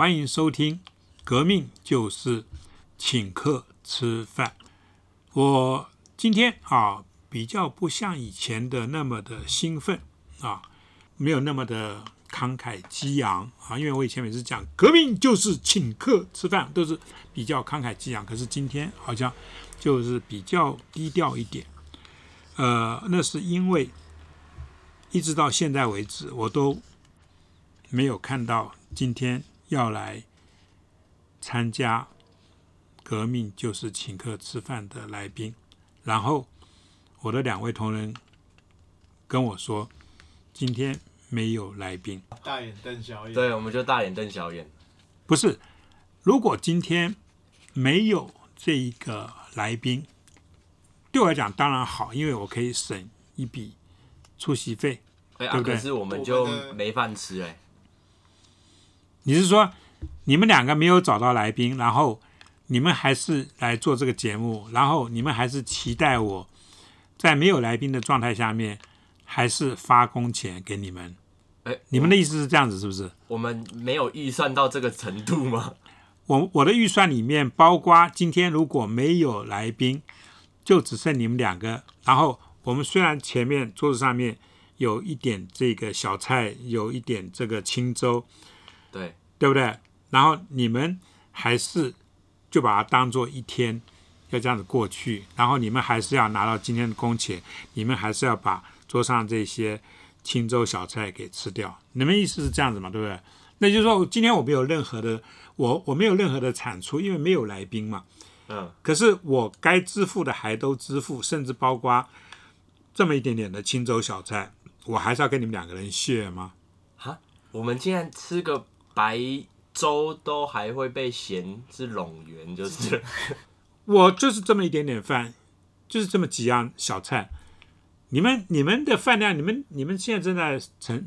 欢迎收听革命就是请客吃饭。我今天比较不像以前的那么的兴奋没有那么的慷慨激昂因为我以前每次讲革命就是请客吃饭都是比较慷慨激昂，可是今天好像就是比较低调一点。那是因为一直到现在为止我都没有看到今天要来参加革命就是请客吃饭的来宾，然后我的2位同仁跟我说今天没有来宾， 大眼瞪小眼。 对，我们就大眼瞪小眼。 不是，如果今天没有这一个来宾，对我来讲当然好，因为我可以省一笔出席费，对不对？ 可是我们就没饭吃你是说你们2个没有找到来宾，然后你们还是来做这个节目，然后你们还是期待我在没有来宾的状态下面还是发工钱给你们？你们的意思是这样子是不是？ 我们没有预算到这个程度吗？ 我的预算里面包括今天如果没有来宾就只剩你们2个，然后我们虽然前面桌子上面有一点这个小菜，有一点这个清粥，对不对？然后你们还是就把它当做一天要这样子过去，然后你们还是要拿到今天的工钱，你们还是要把桌上这些清粥小菜给吃掉。你们意思是这样子嘛？对不对？那就是说今天我没有任何的我没有任何的产出，因为没有来宾嘛。可是我该支付的还都支付，甚至包括这么一点点的清粥小菜，我还是要跟你们2个人 share 吗？ 我们竟然吃个白粥都还会被嫌是冗员，就是我就是这么一点点饭，就是这么几样小菜。你们的饭量，你们现在正在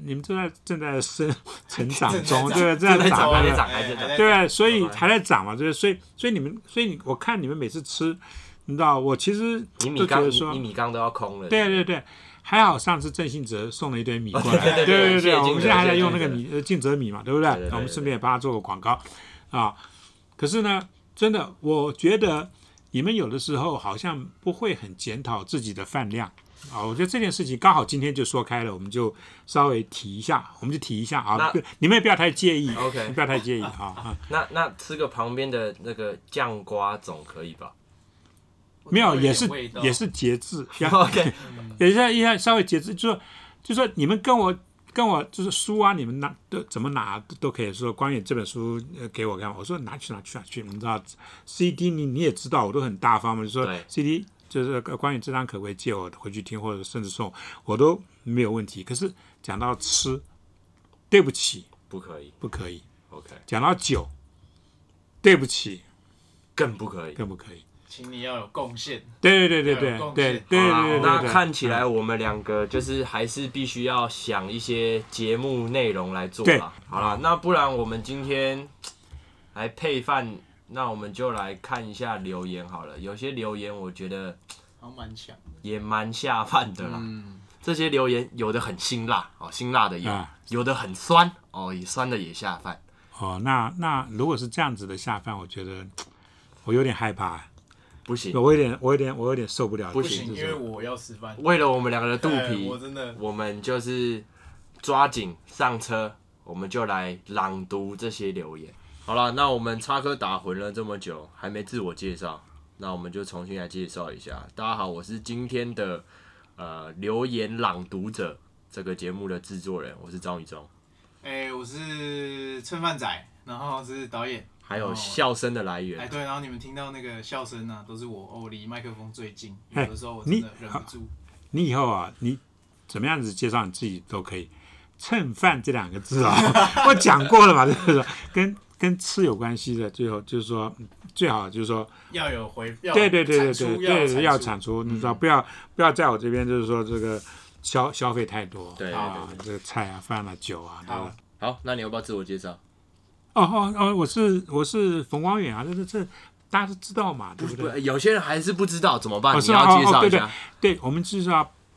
成长中，对，正在长， 还在长， 对，所以还在长嘛，对，所以我看你们每次吃，你知道，我其实就觉得说， 你米缸都要空了。 对，还好上次郑信哲送了一堆米过来， 对， 我们现在还在用那个米晋哲米嘛，对不对？我们顺便也帮他做个广告可是呢，真的，我觉得你们有的时候好像不会很检讨自己的饭量。我觉得这件事情刚好今天就说开了，我们就稍微提一下，你们也不要太介意 ，OK， 不要太介意那吃个旁边的那个酱瓜总可以吧？ 没有，也是节制 ，OK， 也是稍微节制，就说你们跟我就是书你们拿怎么拿都可以说关于这本书给我看，我说拿去，你知道 CD 你也知道我都很大方嘛，就说 CD。就是关于这张可不可以借我回去听，或者甚至送我都没有问题。可是讲到吃，对不起，不可以。 OK， 讲到酒，对不起， 更不可以。 请你要有贡献。 对。 那看起来我们2个就是还是必须要想一些节目内容来做啦。好啦，那不然我们今天来配饭。那我们就来看一下留言好了，有些留言我觉得蛮强的， 也蛮下饭的啦。这些留言有的很辛辣辛辣的有的很酸也酸的也下饭。 那如果是这样子的下饭，我觉得我有点害怕。 不行， 我有点受不了。 不行， 因为我要吃饭。 为了我们2个的肚皮， 我们就是抓紧上车，我们就来朗读这些留言。好了，那我们插科打诨了这么久，还没自我介绍，那我们就重新来介绍一下。大家好，我是今天的留言朗读者，这个节目的制作人，我是张宇中。 我是蹭饭仔，然后是导演， 还有笑声的来源。 对，然后你们听到那个笑声都是我离麦克风最近，有的时候我真的忍不住。 你以后你怎么样子介绍你自己都可以，蹭饭这2个字我讲过了嘛，就是跟吃有关系的，最后就是说最好就是说要有对，要产出，你知道，不要在我这边就是说这个消费太多， 对， 这个菜饭酒好，那你要不要自我介绍？ 我是冯光远这大家都知道嘛，对不对？ 有些人还是不知道怎么办？你要介绍一下。 对，我们就是要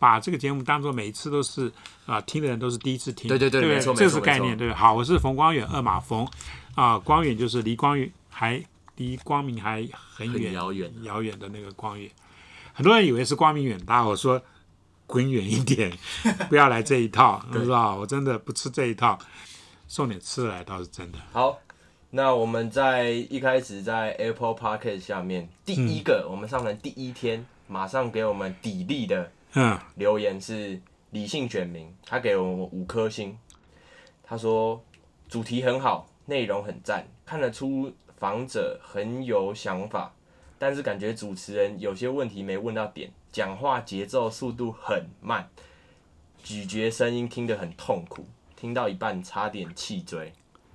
把这个节目当做每一次都是听的人都是第一次听， 对， 没错， 这是概念，对。好，我是冯光远，二马冯光远就是离光明还很遥远的那个光远。很多人以为是光明远大，我说滚远一点，不要来这一套，是吧？我真的不吃这一套，送点吃的来倒是真的。 好，那我们在一开始在 Apple Podcast 下面第一个，我们上传第一天，马上给我们砥砺的留言是理性选民，他给了我们5颗星，他说主题很好，内容很赞，看得出访者很有想法，但是感觉主持人有些问题没问到点，讲话节奏速度很慢，咀嚼声音听得很痛苦，听到一半差点气追。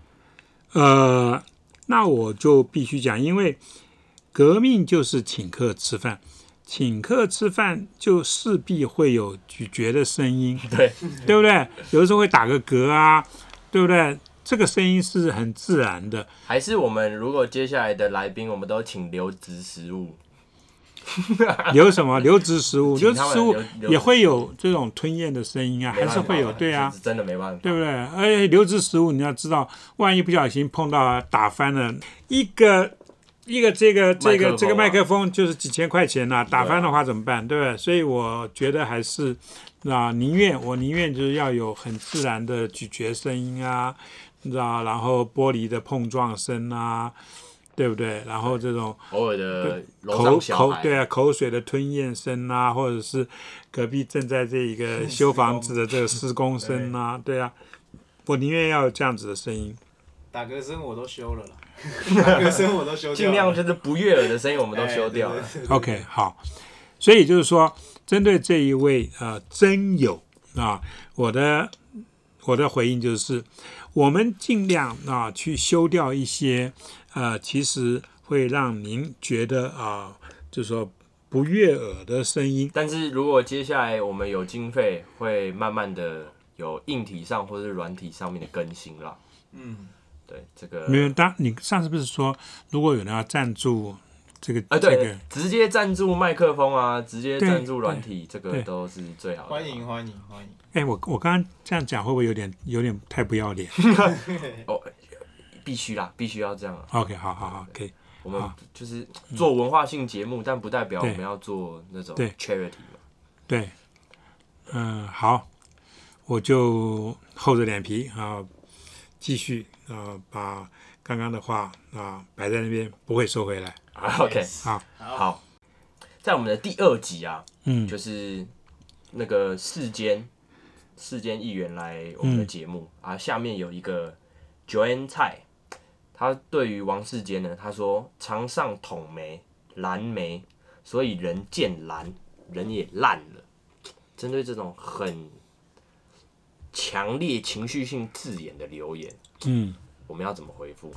那我就必须讲，因为革命就是请客吃饭，请客吃饭就势必会有咀嚼的声音，对不对？有的时候会打个嗝啊，对不对？这个声音是很自然的。 还是我们如果接下来的来宾，我们都请流质食物。 留什么？流质食物，流质食物也会有这种吞咽的声音啊，还是会有，对啊， 真的没办法， 对不对？而且流质食物你要知道，万一不小心碰到打翻了一个这个麦克风就是几千块钱呐，打翻的话怎么办？对不对？所以我觉得还是宁愿就是要有很自然的咀嚼声音啊，你知道，然后玻璃的碰撞声啊。对不对？然后这种偶尔的楼上小孩口水的吞咽声啊，或者是隔壁正在这一个修房子的这个施工声啊，对啊，我宁愿要有这样子的声音。 打嗝声我都修了啦，打嗝声我都修掉了， 尽量就是不悦耳的声音我们都修掉了。 OK， 好，所以就是说，针对这一位真友我的回应就是，我们尽量去修掉一些其实会让您觉得就是说不悦耳的声音。 但是如果接下来我们有经费，会慢慢的有硬体上或是软体上面的更新啦。对，这个没有。你上次不是说，如果有人要赞助这个对，直接赞助麦克风啊，直接赞助软体，这个都是最好的。 欢迎。 我刚刚这样讲会不会有点太不要脸？ 必须啦，必须要这样。 OK， 好，可以。 我们就是做文化性节目，但不代表我们要做那种 charity 嘛。 对，好，我就厚着脸皮继续把刚刚的话摆在那边，不会收回来。 OK， 好，在我们的第2集就是那个世间议员来我们的节目下面有一个 Joanne 蔡。他对于王世坚呢，他说常上捅眉、蓝眉，所以人见蓝，人也烂了。针对这种很强烈情绪性字眼的留言，我们要怎么回复？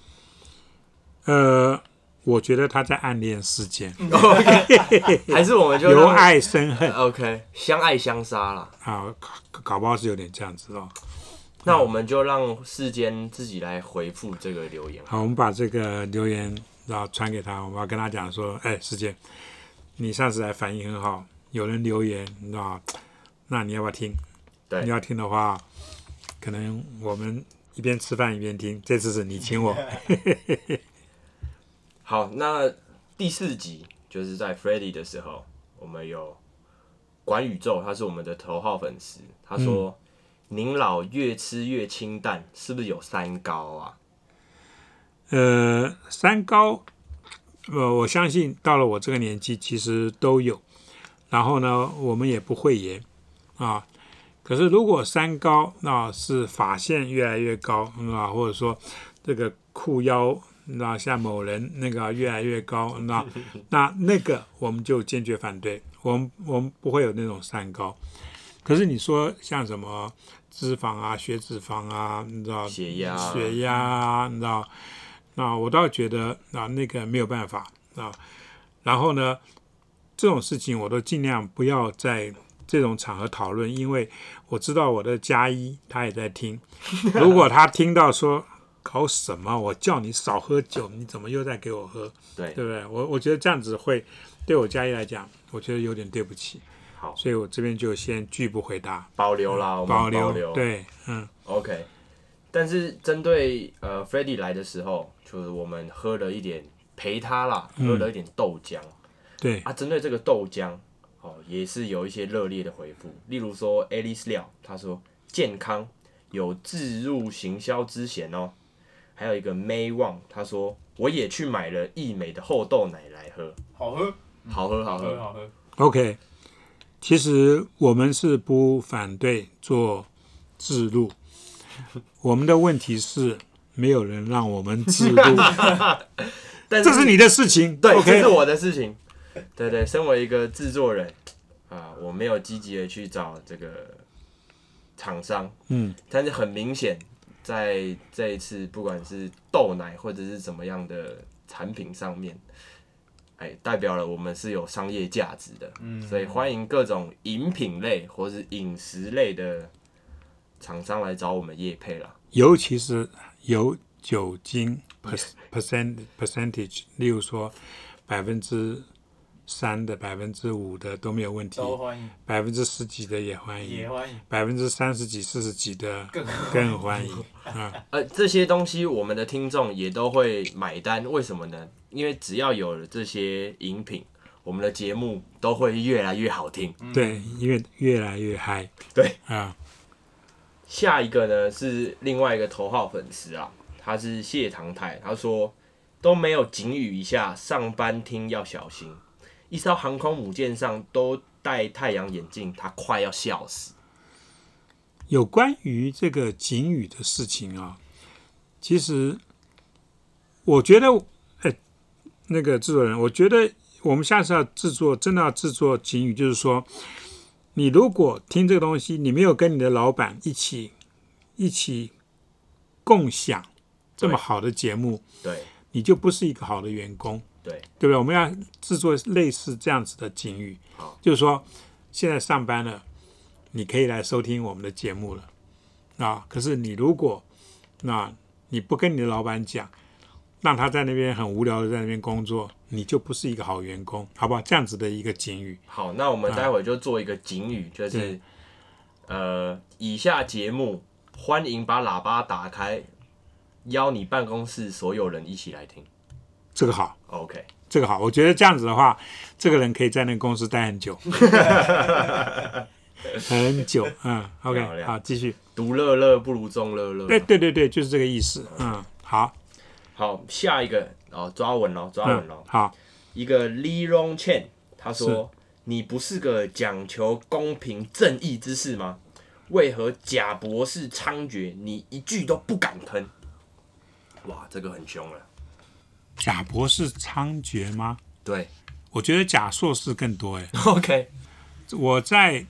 我觉得他在暗恋世坚， 还是我们就由爱生恨 ？OK， 相爱相杀啦。 搞不好是有点这样子哦。 那我们就让世坚自己来回复这个留言。 好，我们把这个留言传给他，我们要跟他讲说，世坚，你上次来反应很好，有人留言，你知道，那你要不要听？ 对， 你要听的话，可能我们一边吃饭一边听，这次是你请我。 好，那第4集就是在 Freddy 的时候，我们有管宇宙，他是我们的头号粉丝，他说。您老越吃越清淡，是不是有三高啊？ 三高，我相信到了我这个年纪，其实都有。然后呢，我们也不讳言可是如果三高是发线越来越高或者说这个裤腰像某人那个越来越高那个我们就坚决反对，我们不会有那种三高。可是你说像什么脂肪血脂肪你知道血压你知道，那我倒觉得那个没有办法然后呢，这种事情我都尽量不要在这种场合讨论，因为我知道我的家医他也在听，如果他听到说搞什么，我叫你少喝酒，你怎么又在给我喝？对不对？我觉得这样子会对我家医来讲，我觉得有点对不起。 好， 所以我这边就先拒不回答， 保留啦，我们保留。 对 OK。但是针对Freddy 来的时候，就是我们喝了一点陪他啦，喝了一点豆浆。 对啊，针对这个豆浆，也是有一些热烈的回复。例如说 Alice 廖，他说健康，有置入行销之嫌哦。还有一个 May Wang， 他说我也去买了益美的厚豆奶来喝， 好喝， 好喝， 好喝，好喝。 OK， 其实我们是不反对做置入，我们的问题是没有人让我们置入， 但这是你的事情， 对， OK？ 这是我的事情。对对，身为一个制作人我没有积极的去找这个厂商，但是很明显，在这一次不管是豆奶或者是怎么样的产品上面，代表了我们是有商业价值的，所以欢迎各种饮品类或是饮食类的厂商来找我们业配啦。 尤其是有酒精 percentage， 例如说3%的、5%的都没有问题， 都欢迎 10%几的也欢迎， 也欢迎， 30%几、40%几的更欢迎这些东西我们的听众也都会买单，为什么呢？因为只要有了这些饮品，我们的节目都会越来越好听。 对，因为越来越嗨。 对下一个呢是另外一个头号粉丝啊，他是谢唐太，他说都没有警语一下，上班听要小心。一艘航空母舰上都戴太阳眼镜，他快要笑死。 有关于这个警语的事情啊，其实我觉得，那个制作人，我觉得我们下次要真的要制作警语，就是说，你如果听这个东西，你没有跟你的老板一起共享这么好的节目， 对， 你就不是一个好的员工， 对不对？我们要制作类似这样子的警语，就是说，现在上班了，你可以来收听我们的节目了可是你如果你不跟你的老板讲，让他在那边很无聊的在那边工作，你就不是一个好员工，好不好？这样子的一个警语。 好，那我们待会就做一个警语，就是以下节目欢迎把喇叭打开，邀你办公室所有人一起来听。 这个好 ，OK， 这个好，我觉得这样子的话，这个人可以在那个公司待很久，很久。OK， 好，继续。 独乐乐不如众乐乐。 对，就是这个意思。 好，下一个抓稳了。 好， 一个 Lee Rong Chen， 他说：“你不是个讲求公平正义之士吗？为何贾博士猖獗，你一句都不敢吭？”哇，这个很凶了。 贾博士猖獗吗？ 对， 我觉得贾硕士更多。 OK， 我在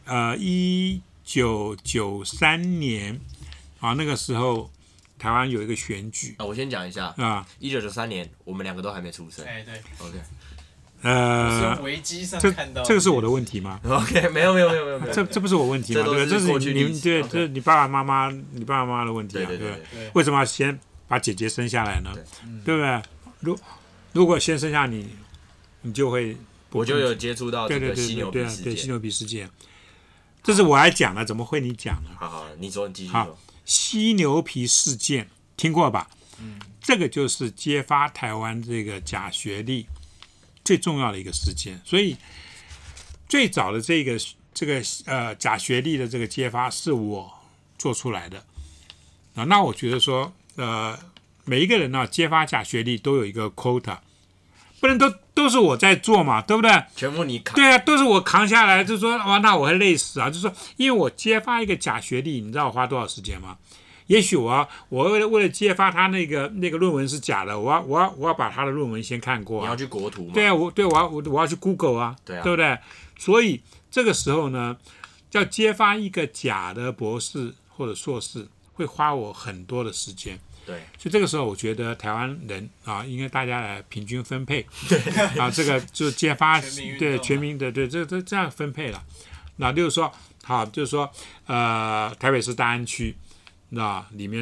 1993年那个时候，台湾有一个选举我先讲一下1993年我们两个都还没出生。 对 ，OK， 是用维基上看到这个是我的问题吗 ？OK， 没有， 这不是我问题吗？对，这是这是你爸爸妈妈的问题啊， 对， 为什么要先把姐姐生下来呢？对不对？如果先生下你就会， 我就有接触到这个犀牛皮事件。 对，犀牛皮事件，这是我来讲的，怎么会你讲呢？ 好，你说，你继续说。 犀牛皮事件听过吧？这个就是揭发台湾这个假学历最重要的一个事件。所以最早的这个假学历的这个揭发是我做出来的那我觉得说每一个人揭发假学历都有一个 quota， 不能都是我在做嘛，对不对？ 全部你扛。 对啊，都是我扛下来，就说那我会累死啊！就说因为我揭发一个假学历，你知道我花多少时间吗？也许我为了揭发他那个论文是假的，我要把他的论文先看过你要去国图吗？ 对啊，我要去 Google 啊， 对不对？所以这个时候呢，要揭发一个假的博士或者硕士，会花我很多的时间。 对， 所以这个时候我觉得台湾人应该大家来平均分配，这个就揭发全民的这样分配了。那就是说，就是说台北市大安区里面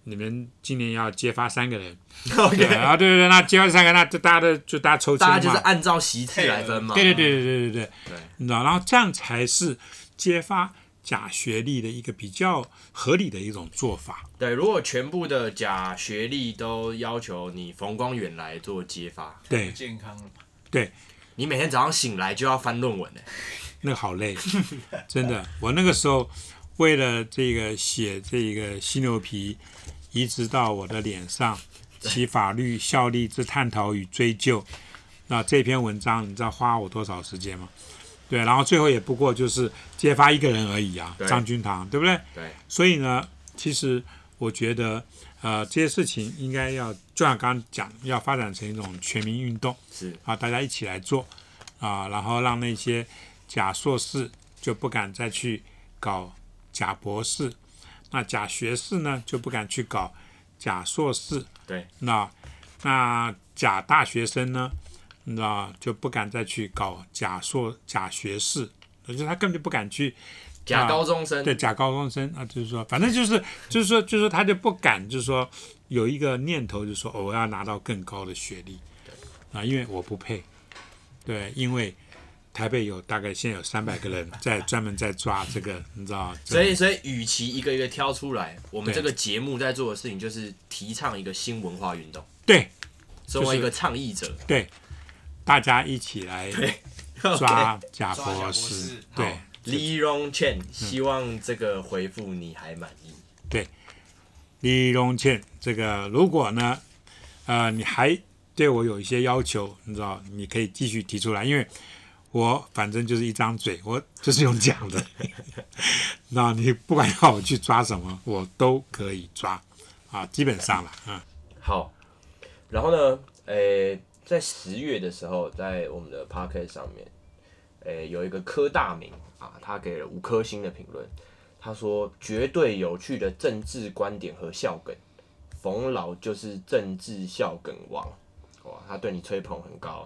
你们今年要揭发3个人。 OK， 对，那揭发3个，那就大家抽签嘛， 大家就是按照席次来分嘛。 对， 对， 你知道，然后这样才是揭发假学历的一个比较合理的一种做法。 对，如果全部的假学历都要求你冯光远来做揭发， 对， 健康了。 对， 你每天早上醒来就要翻论文那个好累，真的。我那个时候为了这个写这个犀牛皮移植到我的脸上，其法律效力之探讨与追究，那这篇文章你知道花我多少时间吗？对，然后最后也不过就是揭发1个人而已啊，张君堂，对不对？ 对。 所以呢，其实我觉得这些事情应该要，就像刚刚讲，要发展成一种全民运动， 是啊，大家一起来做啊，然后让那些假硕士就不敢再去搞假博士，那假学士呢就不敢去搞假硕士， 对， 那假大学生呢，那就不敢再去搞假学士，就是他根本就不敢去。 假高中生， 对，假高中生啊，就是说，反正就是说，他就不敢，就是说有一个念头，就是说，我要拿到更高的学历，啊，因为我不配，对，因为台北大概现在有300个人专门在抓这个，你知道？ 所以与其一个一个挑出来，我们这个节目在做的事情就是提倡一个新文化运动， 对， 作为一个倡议者， 对，大家一起来抓假博士，对。 李荣倩，希望这个回复你还满意。 对，李荣倩，这个如果呢，你还对我有一些要求，你知道，你可以继续提出来，因为我反正就是一张嘴，我就是用讲的。那你不管要我去抓什么，我都可以抓啊，基本上了， 好，然后呢，在10月的时候，在我们的 Podcast 上面，有一个柯大明。他给了5颗星的评论，他说绝对有趣的政治观点和笑梗，冯老就是政治笑梗王，哇，他对你吹捧很高。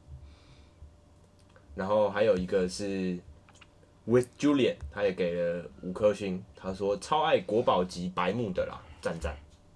然后还有一个是 With Julian， 他也给了5颗星，他说超爱国宝级白目的啦，赞赞。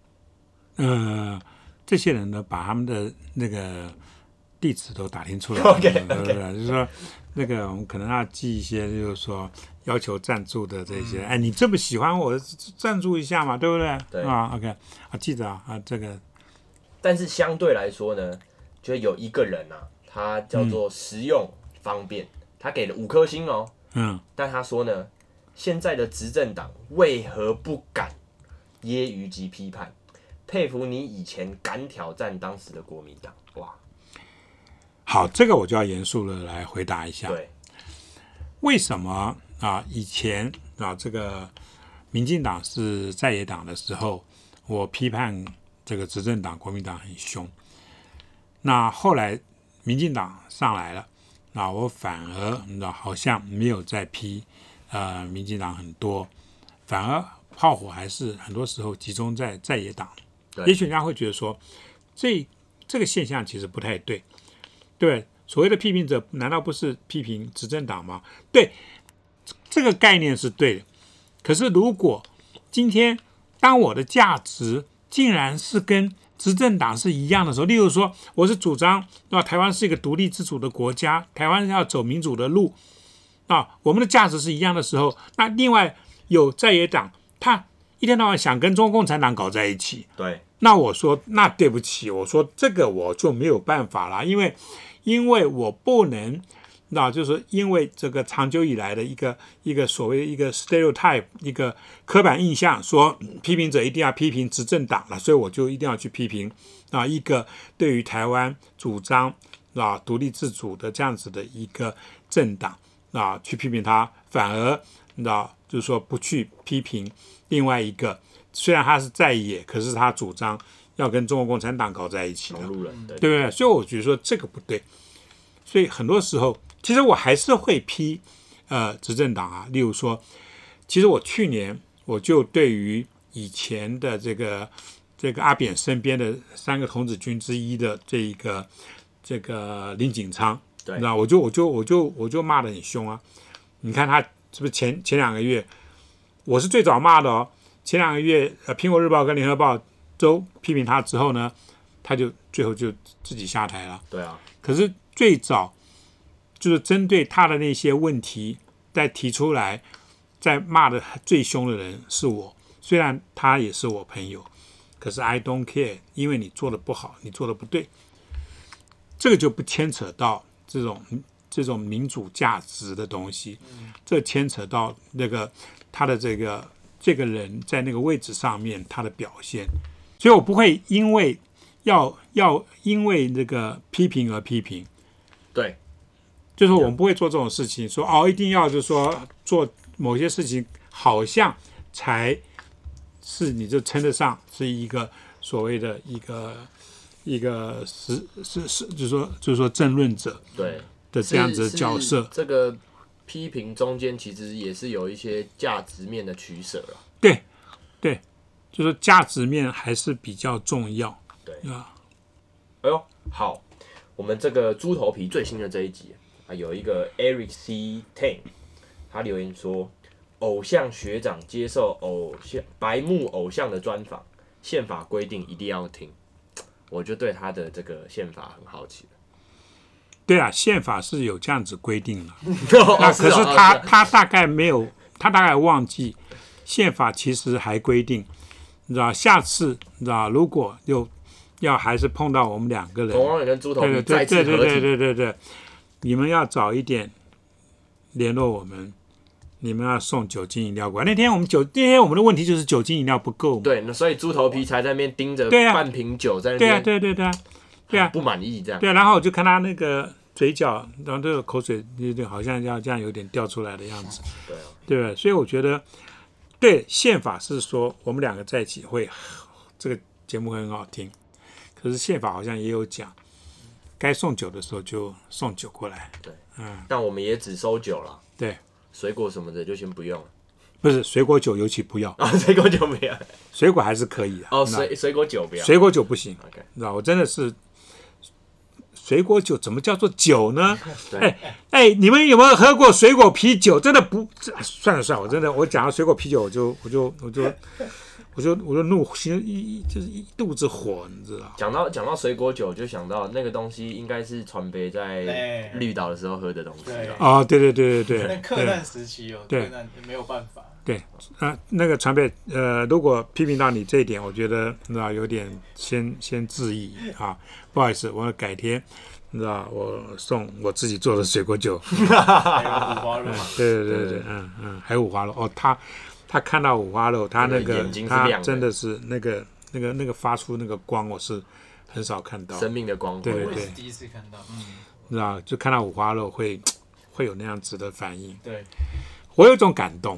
这些人呢，把他们的那个地址都打听出来 ，OK， 就是说。那个我们可能要寄一些，就是说要求赞助的这些，你这么喜欢我，赞助一下嘛，对不对？ 对啊 ，OK， 记得这个。 但是相对来说呢，就有一个人啊，他叫做实用方便，他给了5颗星哦。但他说呢，现在的执政党为何不敢揶揄及批判？佩服你以前敢挑战当时的国民党，哇！ 好，这个我就要严肃的来回答一下。 对， 为什么以前这个民进党是在野党的时候，我批判这个执政党国民党很凶。那后来民进党上来了，那我反而好像没有在批民进党很多，反而炮火还是很多时候集中在野党。也许人家会觉得说，这个现象其实不太对。对，所谓的批评者难道不是批评执政党吗？对，这个概念是对的。可是如果今天当我的价值竟然是跟执政党是一样的时候，例如说我是主张台湾是一个独立自主的国家，台湾要走民主的路，我们的价值是一样的时候，那另外有在野党他一天到晚想跟中国共产党搞在一起， 对， 那我说那对不起，我说这个我就没有办法了，因为我不能，就是因为这个长久以来的一个所谓一个 stereotype， 一个刻板印象，说批评者一定要批评执政党了，所以我就一定要去批评一个对于台湾主张独立自主的这样子的一个政党去批评他，反而就是说不去批评另外一个，虽然他是在野，可是他主张要跟中国共产党搞在一起的，对不对？所以我觉得说这个不对。所以很多时候，其实我还是会批执政党例如说，其实我去年我就对于以前的这个阿扁身边的3个童子军之一的这个林锦昌， 对， 那我就骂得很凶啊！你看他是不是前2个月，我是最早骂的哦。 前2个月苹果日报跟联合报都批评他之后呢，他就最后就自己下台了。 对啊， 可是最早就是针对他的那些问题再提出来，在骂的最凶的人是我，虽然他也是我朋友，可是 I don't care， 因为你做的不好，你做的不对，这个就不牵扯到这种民主价值的东西，这牵扯到那个他的这个人在那个位置上面他的表现，所以我不会因为因为那个批评而批评， 对， 就是我们不会做这种事情，说一定要就是说做某些事情，好像才是你就称得上是一个所谓的一个就是说政论者对的这样子的角色。 这个批评中间其实也是有一些价值面的取舍了。 对，就是价值面还是比较重要。 对啊， 哎呦，好，我们这个猪头皮最新的这一集有一个 Eric C. Tan， 他留言说，偶像学长接受白目偶像的专访，宪法规定一定要听。我就对他的这个宪法很好奇。 对啊，宪法是有这样子规定的，那可是他大概没有，他大概忘记宪法其实还规定，你知道，下次你知道，如果要还是碰到我们2个人， 冯光远跟猪头皮再次合体， 对，你们要早一点联络我们，你们要送酒精饮料过来。那天我们的问题就是酒精饮料不够嘛， 对，所以猪头皮才在那边盯着半瓶酒在那边， 对啊， 不满意这样。 对，然后我就看他那个嘴角，然后这个口水好像要这样有点掉出来的样子，对吧？所以我觉得，对，宪法是说我们2个在一起会这个节目会很好听，可是宪法好像也有讲，该送酒的时候就送酒过来。 对，但我们也只收酒了。 对， 水果什么的就先不用了。 不是水果酒尤其不要水果酒不要， 水果还是可以的。 水果酒不要， 水果酒不行。 OK， 你知道我真的是。水果酒怎么叫做酒呢？你们有没有喝过水果啤酒？真的不，算了，我讲到水果啤酒，我就怒心，就是一肚子火，你知道？ 讲到水果酒，就想到那个东西应该是传培在绿岛的时候喝的东西了。 哦，对， 那克难时期克难也没有办法。 对那个传培，如果批评到你这一点，我觉得有点先致意啊，不好意思，我改天，你知道我送我自己做的水果酒， 还有五花肉， 对，还有五花肉哦，他看到五花肉，他那个眼睛是亮的， 他真的是那个发出那个光，我是很少看到生命的光辉， 我也是第一次看到， 知道就看到五花肉会有那样子的反应， 对。 我有一种感动，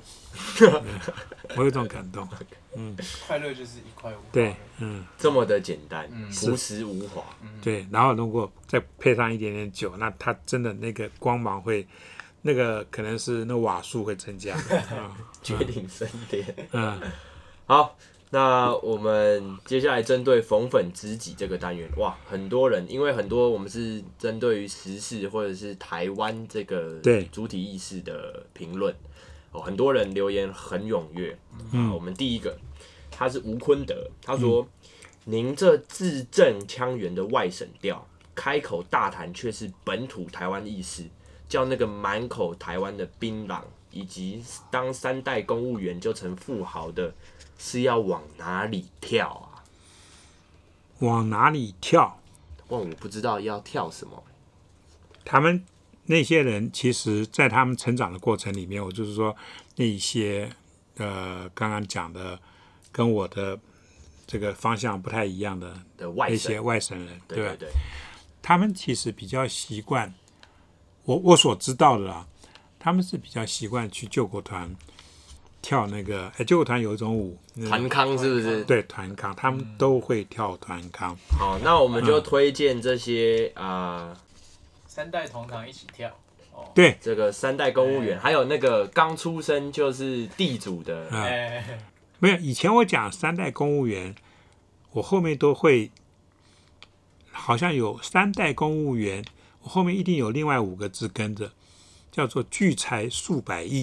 快乐就是一块5， 对， 这么的简单，朴实无华， 对，然后如果再配上一点点酒，那它真的那个光芒会，那个可能是那瓦数会增加， 绝顶升天，好。那我们接下来针对逢粉知己这个单元，哇，很多人，因为很多我们是针对于时事或者是台湾这个主体意识的评论，很多人留言很踊跃。我们第一个，他是吴坤德，他说：“您这字正腔圆的外省调，开口大谈却是本土台湾意识，叫那个满口台湾的槟榔，以及当3代公务员就成富豪的。”是要往哪里跳啊？ 往哪里跳？ 我不知道要跳什么。 他们那些人，其实在他们成长的过程里面，我就是说那一些刚刚讲的跟我的这个方向不太一样的那些外省人，对吧？ 对， 他们其实比较习惯，我所知道的啦，他们是比较习惯去救国团。跳那个，救国团有一种舞， 团康是不是？ 对，团康，他们都会跳团康。 好，那我们就推荐这些 3代同堂一起跳。 对， 这个3代公务员，还有那个刚出生就是地主的。 没有，以前我讲3代公务员，我后面都会，好像有3代公务员，我后面一定有另外5个字跟着，叫做聚财数百亿。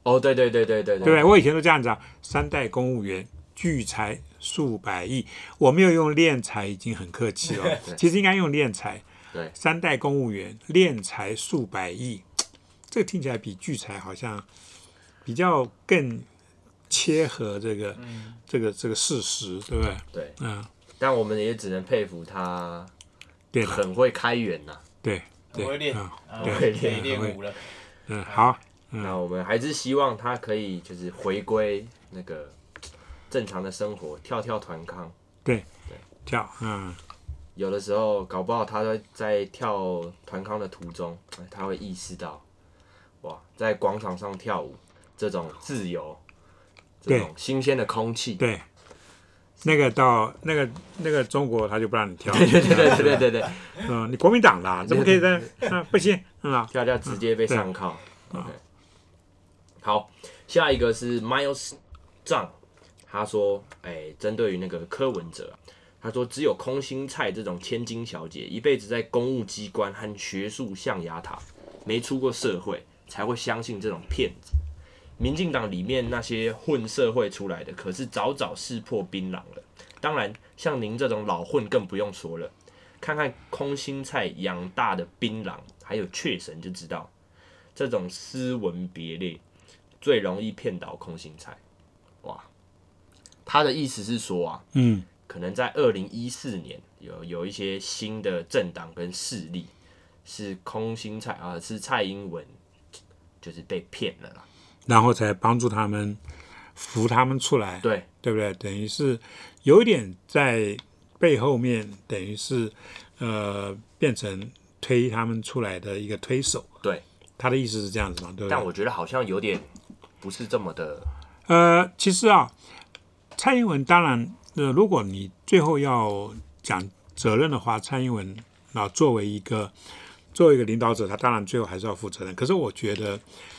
哦，对， 对不对？我以前都这样子啊，3代公务员聚财数百亿，我没有用敛财，已经很客气了。其实应该用敛财。 对 ，3代公务员敛财数百亿，这个听起来比聚财好像比较更切合这个事实，对不对？ 对， 嗯， 但我们也只能佩服他， 对， 很会开源呐。 对， 很会练， 对可以练舞了。 好。 那我们还是希望他可以就是回归那个正常的生活，跳团康。 对，跳， 有的时候搞不好他在跳团康的途中，他会意识到，哇，在广场上跳舞这种自由，这种新鲜的空气。 对，那个到那个中国他就不让你跳。 对。 你国民党啦，怎么可以在？不行， 跳直接被上铐。OK。好，下一个是 Miles Zhang， 他说，针对于那个柯文哲，他说只有空心菜这种千金小姐，一辈子在公务机关和学术象牙塔，没出过社会，才会相信这种骗子。民进党里面那些混社会出来的，可是早早识破槟榔了。当然，像您这种老混更不用说了，看看空心菜养大的槟榔，还有雀神就知道，这种斯文别类。最容易骗倒空心菜，哇！他的意思是说啊，可能在2014年有一些新的政党跟势力是空心菜啊，是蔡英文就是被骗了啦， 然后才帮助他们扶他们出来， 对不对？等于是有一点在背后面，等于是变成推他们出来的一个推手， 对， 他的意思是这样子嘛，对不对？ 但我觉得好像有点。不是这么的。 其实啊，蔡英文当然，如果你最后要讲责任的话，蔡英文作为一个领导者，他当然最后还是要负责任。可是我觉得，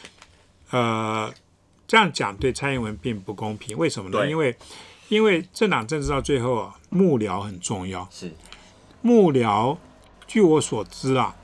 这样讲对蔡英文并不公平。为什么呢？因为政党政治到最后啊，幕僚很重要。 是幕僚，据我所知啊，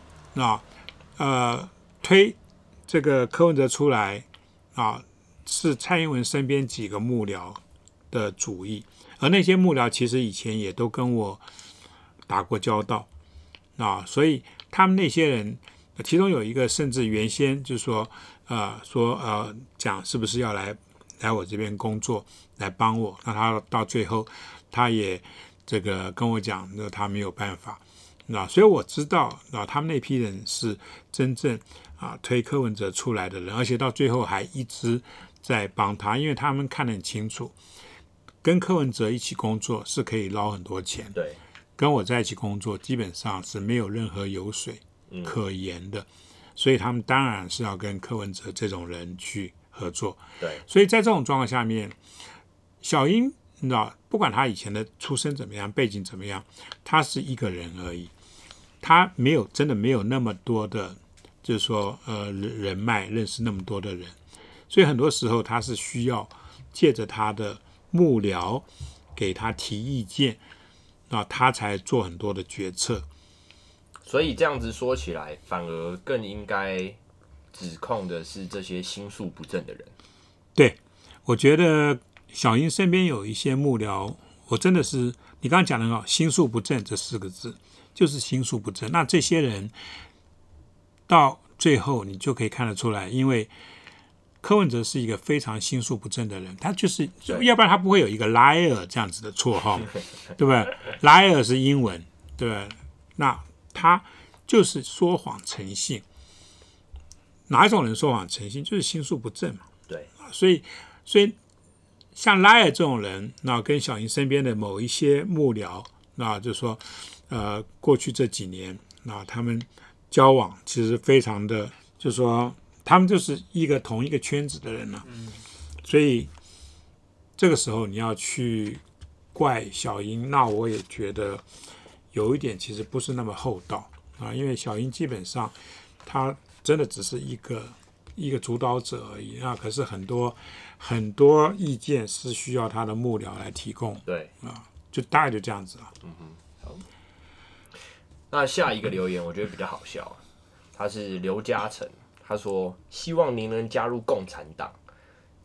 推这个柯文哲出来啊。是蔡英文身边几个幕僚的主意，而那些幕僚其实以前也都跟我打过交道所以他们那些人，其中有一个甚至原先就说讲是不是要来我这边工作来帮我，那他到最后他也这个跟我讲，他没有办法所以我知道他们那批人是真正推柯文哲出来的人，而且到最后还一直在帮他，因为他们看得很清楚，跟柯文哲一起工作是可以捞很多钱， 对， 跟我在一起工作基本上是没有任何油水可言的，所以他们当然是要跟柯文哲这种人去合作。 对， 所以在这种状况下面，小英你知道，不管他以前的出身怎么样，背景怎么样，他是一个人而已，他真的没有那么多的，就是说人脉认识那么多的人。所以很多时候他是需要借着他的幕僚给他提意见，他才做很多的决策。 所以这样子说起来，反而更应该指控的是这些心术不正的人。 对，我觉得小英身边有一些幕僚，我真的是你刚刚讲的好，心术不正这4个字就是心术不正。那这些人到最后你就可以看得出来，因为柯文哲是一个非常心术不正的人，他就是要不然他不会有一个 liar 这样子的绰号，对不对 ？liar 是英文，对不对？那他就是说谎成性。哪一种人说谎成性？就是心术不正嘛。 对， 所以像 liar 这种人，那跟小英身边的某一些幕僚，那就说过去这几年，那他们交往其实非常的，就说。他们就是同一个圈子的人了，所以这个时候你要去怪小英，那我也觉得有一点其实不是那么厚道因为小英基本上他真的只是一个主导者而已可是很多意见是需要他的幕僚来提供， 对就大概就这样子了。 好。那下一个留言我觉得比较好笑他是刘嘉诚。他说：“希望您能加入共产党，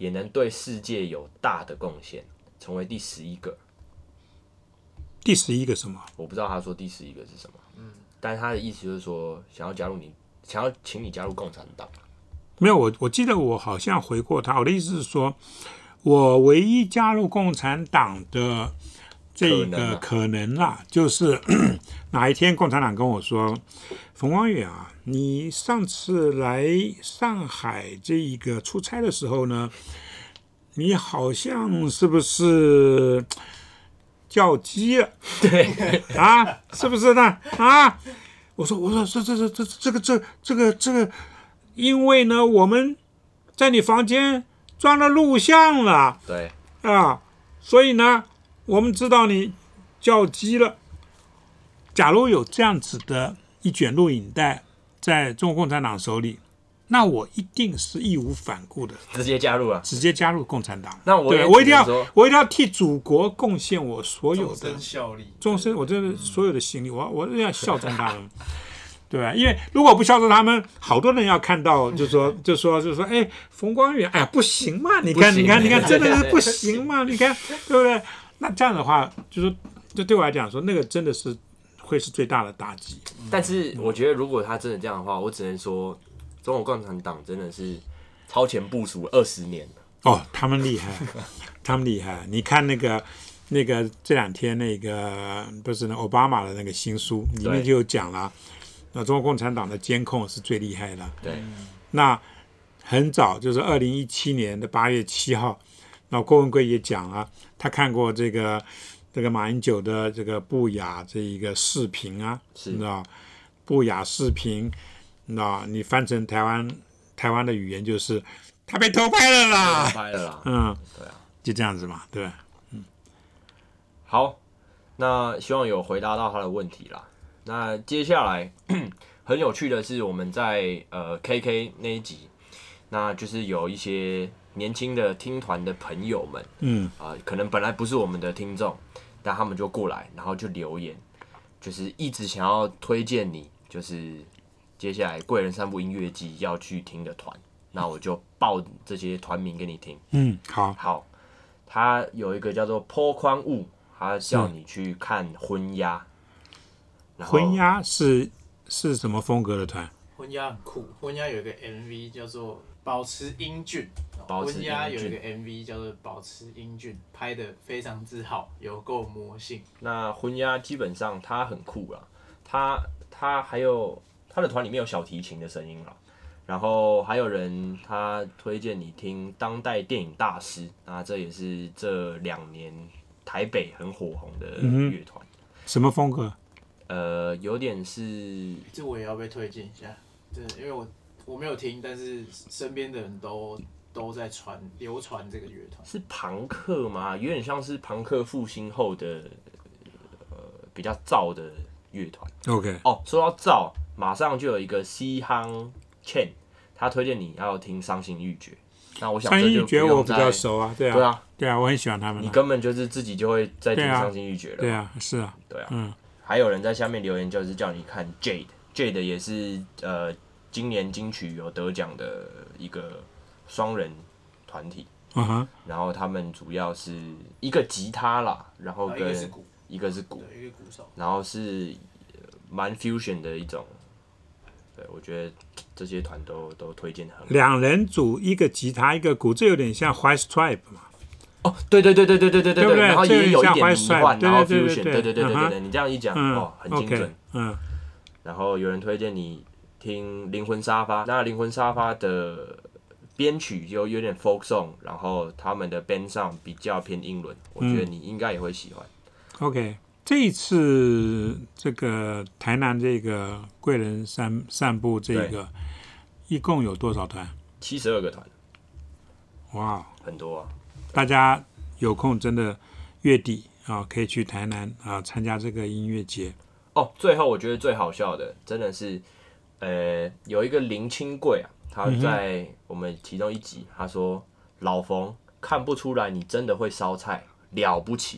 也能对世界有大的贡献，成为第11个。 第11个什么？ 我不知道他说第11个是什么。但是他的意思就是说，想要请你加入共产党。 没有，我记得我好像回过他，我的意思是说，我唯一加入共产党的这个可能啦，就是哪一天共产党跟我说，冯光远啊，你上次来上海这一个出差的时候呢，你好像是不是叫鸡了？ 对啊，是不是呢？啊，我说这个，因为呢，我们在你房间装了录像了， 对啊，所以呢，我们知道你叫鸡了。假如有这样子的一卷录影带在中国共产党手里，那我一定是义无反顾的直接加入了， 直接加入共产党。 那我一定要替祖国贡献我所有的终身效力， 终身我真的所有的心力，我要效忠他们。对吧？因为如果不效忠他们，好多人要看到，就说，哎，冯光远，哎呀，不行嘛！你看，真的是不行嘛！你看，对不对？那这样的话，就对我来讲说，那个真的是会是最大的打击。 但是我觉得，如果他真的这样的话，我只能说，中国共产党真的是超前部署20年了。 哦，他们厉害，他们厉害！你看那个这2天那个不是那奥巴马的那个新书里面就有讲了。那中国共产党的监控是最厉害的。 对， 那很早就是2017年的8月7号，那郭文贵也讲了，他看过这个马英九的这个不雅这一个视频啊，你知道不雅视频，那你翻成台湾的语言就是他被偷拍了啦， 偷拍了啦，对啊， 就这样子嘛，对吧？ 好，那希望有回答到他的问题啦。那接下来很有趣的是，我们在KK 那一集，那就是有一些年轻的听团的朋友们，可能本来不是我们的听众，但他们就过来，然后就留言，就是一直想要推荐你，就是接下来贵人散步音乐季要去听的团，那我就报这些团名给你听。好，他有一个叫做坡宽雾，他叫你去看婚鸦。 婚鸦是什么风格的团？ 婚鸦很酷，婚鸦有一个 MV 叫做《保持英俊》，婚鸦有一个 MV 叫做《保持英俊》，拍的非常之好，有够魔性。 那婚鸦基本上它很酷啦，它还有它的团里面有小提琴的声音啦，然后还有人他推荐你听当代电影大师，那这也是这2年台北很火红的乐团。 什么风格？ 有点是， 这我也要被推荐一下，因为我没有听，但是身边的人都在流传这个乐团。 是朋克吗？有点像是朋克复兴后的比较燥的乐团。 OK。 说到燥，马上就有一个西夯 Chen， 他推荐你要听伤心欲绝。那我想伤心欲绝我比较熟啊，对啊，我很喜欢他们。 你根本就是自己就会在听伤心欲绝了。 对啊，是啊， 对啊，还有人在下面留言，就是叫你看 Jade 也是今年金曲有得奖的一个双人团体。然后他们主要是一个吉他啦，然后跟一个是鼓， 对，一个鼓手， 然后是蛮 fusion 的一种。对，我觉得这些团都推荐很好。 2人组，一个吉他，一个鼓，这有点像 White Stripe 嘛。 对， 对不对？ 然后也有一点迷幻，然后 fusion， 对，你这样一讲，很精准。然后有人推荐你听灵魂沙发，那灵魂沙发的编曲就有点 folk song， 然后他们的 band 上比较偏英伦，我觉得你应该也会喜欢。 OK， 这一次这个台南这个贵人散步这个，一共有多少团 ？72个团。 哇， 很多啊！ 大家有空真的月底可以去台南参加这个音乐节。 最后我觉得最好笑的真的是，有一个林清贵啊，他在我们其中一集他说：“老冯看不出来你真的会烧菜，了不起。”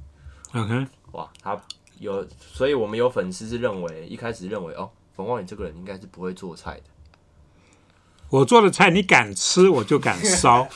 OK， 哇，所以我们有粉丝是一开始认为冯光远这个人应该是不会做菜的。 我做的菜你敢吃，我就敢烧。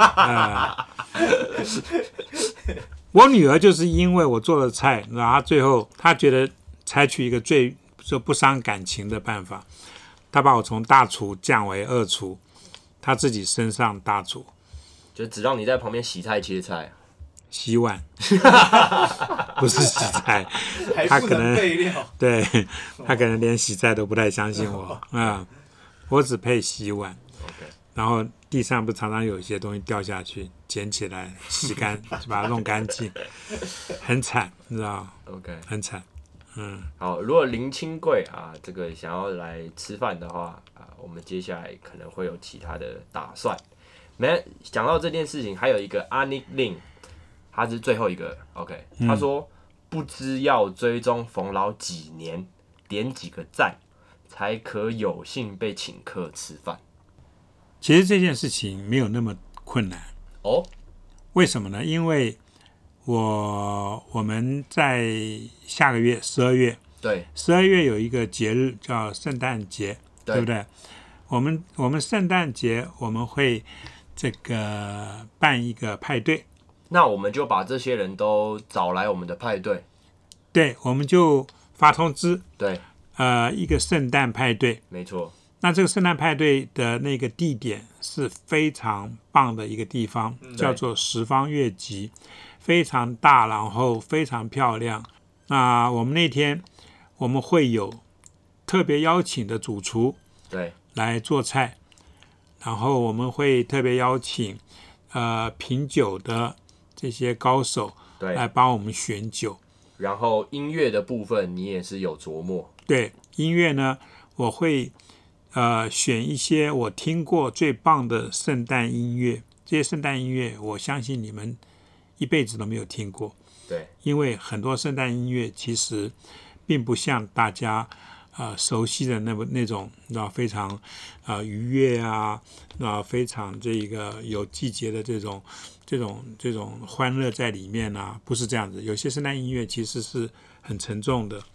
我女儿就是因为我做的菜，然后最后她觉得采取一个最不伤感情的办法，她把我从大厨降为二厨，她自己升上大厨， 就只让你在旁边洗菜切菜。 洗碗，不是洗菜， 还不能备料。 对，他可能连洗菜都不太相信我我只配洗碗。 OK， 然后地上不常常有一些东西掉下去，捡起来洗干，就把它弄干净，很惨，你知道 OK， 很惨。 好，如果林清贵这个想要来吃饭的话我们接下来可能会有其他的打算。讲到这件事情，还有一个阿尼令。他是最后一个 ，OK， 他说不知要追踪冯老几年，点几个赞，才可有幸被请客吃饭。 其实这件事情没有那么困难哦， 为什么呢？因为我们在下个月12月， 对 ，12月有一个节日叫圣诞节，对不对？我们圣诞节我们会这个办一个派对。 那我们就把这些人都找来我们的派对， 对，我们就发通知， 对， 一个圣诞派对， 没错。 那这个圣诞派对的那个地点是非常棒的一个地方，叫做十方月集，非常大，然后非常漂亮。那我们那天我们会有特别邀请的主厨对来做菜，然后我们会特别邀请品酒的这些高手来帮我们选酒， 然后音乐的部分你也是有琢磨。 对，音乐呢，我会选一些我听过最棒的圣诞音乐，这些圣诞音乐我相信你们一辈子都没有听过。 对， 因为很多圣诞音乐其实并不像大家熟悉的那种非常愉悦非常这个有季节的这种欢乐在里面不是这样子。有些圣诞音乐其实是很沉重的，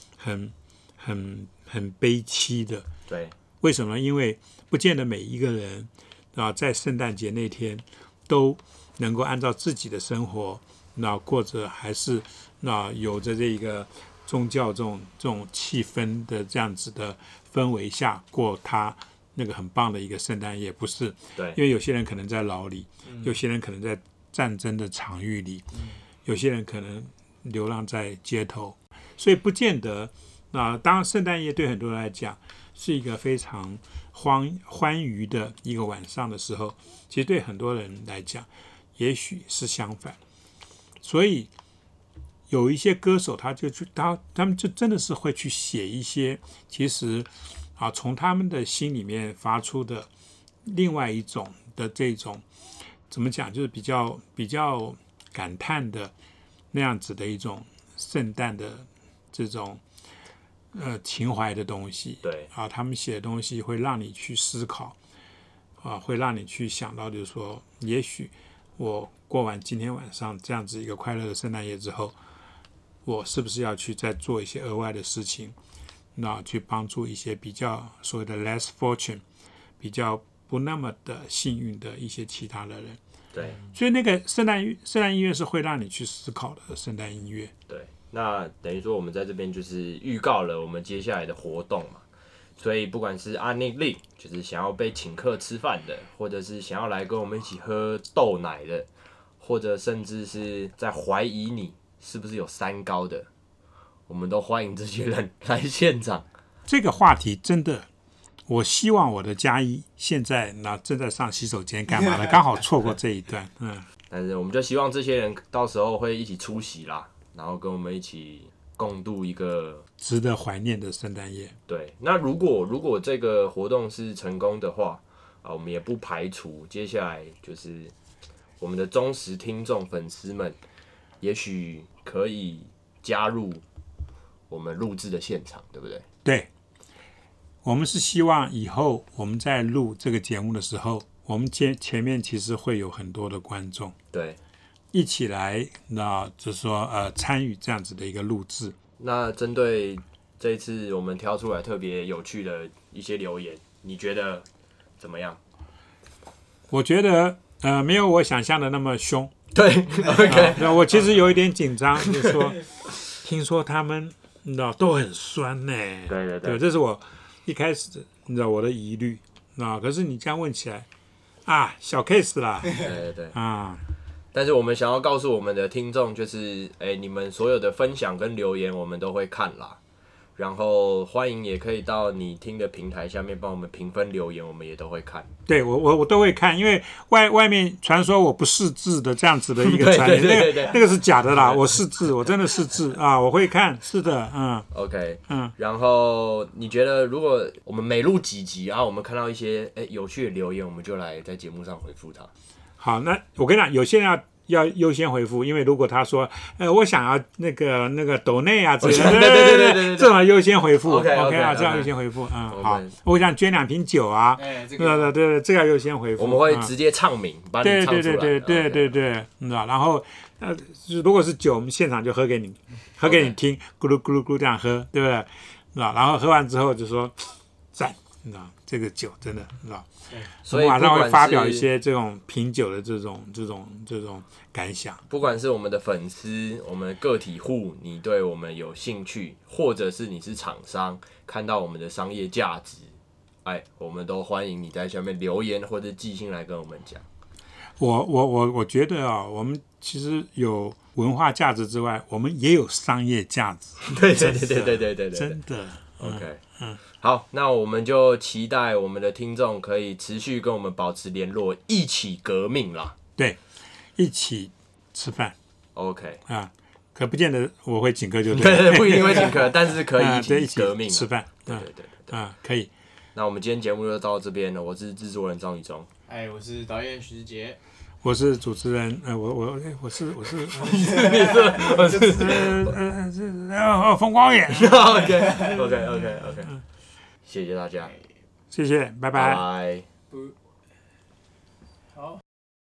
很悲凄的。 对， 为什么？因为不见得每一个人在圣诞节那天都能够按照自己的生活过着还是有着这个宗教这种气氛的这样子的氛围下过他那个很棒的一个圣诞夜，不是？ 对， 因为有些人可能在牢里，有些人可能在战争的场域里，有些人可能流浪在街头，所以不见得。当圣诞夜对很多人来讲是一个非常欢愉的一个晚上的时候，其实对很多人来讲，也许是相反。所以有一些歌手，他们就真的是会去写一些其实从他们的心里面发出的另外一种的这种怎么讲，就是比较感叹的那样子的一种圣诞的这种情怀的东西。 对他们写的东西会让你去思考会让你去想到，就是说，也许我过完今天晚上这样子一个快乐的圣诞夜之后，我是不是要去再做一些额外的事情，去帮助一些比较所谓的 less fortune 比较不那么的幸运的一些其他的人。 对， 所以那个圣诞音乐是会让你去思考的圣诞音乐。 对，那等于说我们在这边就是预告了我们接下来的活动嘛。所以不管是阿尼利，就是想要被请客吃饭的，或者是想要来跟我们一起喝豆奶的，或者甚至是在怀疑你是不是有三高的，我们都欢迎这些人来现场。 这个话题真的，我希望我的家医现在正在上洗手间干嘛呢？刚好错过这一段。 但是我们就希望这些人到时候会一起出席啦，然后跟我们一起共度一个值得怀念的圣诞夜。 对，那如果这个活动是成功的话我们也不排除接下来就是我们的忠实听众粉丝们，也许可以加入我们录制的现场，对不对？ 对，我们是希望以后我们在录这个节目的时候，我们前面其实会有很多的观众， 对， 一起来，就是说参与这样子的一个录制。 那针对这一次我们挑出来特别有趣的一些留言，你觉得怎么样？ 我觉得没有我想象的那么凶。 对，OK， 我其实有一点紧张，就是说，听说他们你知道都很酸呢。 对， 这是我一开始你知道我的疑虑啊。可是你这样问起来啊，小 case 啦。 对啊。 但是我们想要告诉我们的听众，就是你们所有的分享跟留言，我们都会看啦。然后欢迎也可以到你听的平台下面帮我们评分留言，我们也都会看。 对，我都会看，因为外面传说我不识字的这样子的一个传言，那个是假的啦，我识字，我真的识字啊，我会看，是的 ，OK，然后你觉得如果我们每录几集啊，我们看到一些有趣的留言，我们就来在节目上回复它。 好，那我跟你讲，有些人要优先回复，因为如果他说，我想要那个抖内啊之类的，对，这种优先回复 ，OK 啊，这样优先回复，好，我想捐2瓶酒啊，对，这个要优先回复， 我们会直接唱名，把你唱出来， 对，你知道，然后如果是酒，我们现场就喝给你听，咕噜咕噜咕噜这样喝，对不对？然后喝完之后就说赞，你知道，这个酒真的，你知道。所以马上会发表一些这种品酒的这种感想。 不管是我们的粉丝、我们的个体户，你对我们有兴趣，或者是你是厂商，看到我们的商业价值，我们都欢迎你在下面留言或者寄信来跟我们讲。 我觉得我们其实有文化价值之外，我们也有商业价值。 对， 真的。 OK，好，那我们就期待我们的听众可以持续跟我们保持联络，一起革命啦。 对，一起吃饭。 OK 可不见得我会请客就对， 不一定会请客，但是可以一起革命吃饭。 对， 可以。 那我们今天节目就到这边了，我是制作人张宇中， 我是导演徐志杰。 我是主持人，我是冯光远。 OK，谢谢大家， 谢谢，拜拜。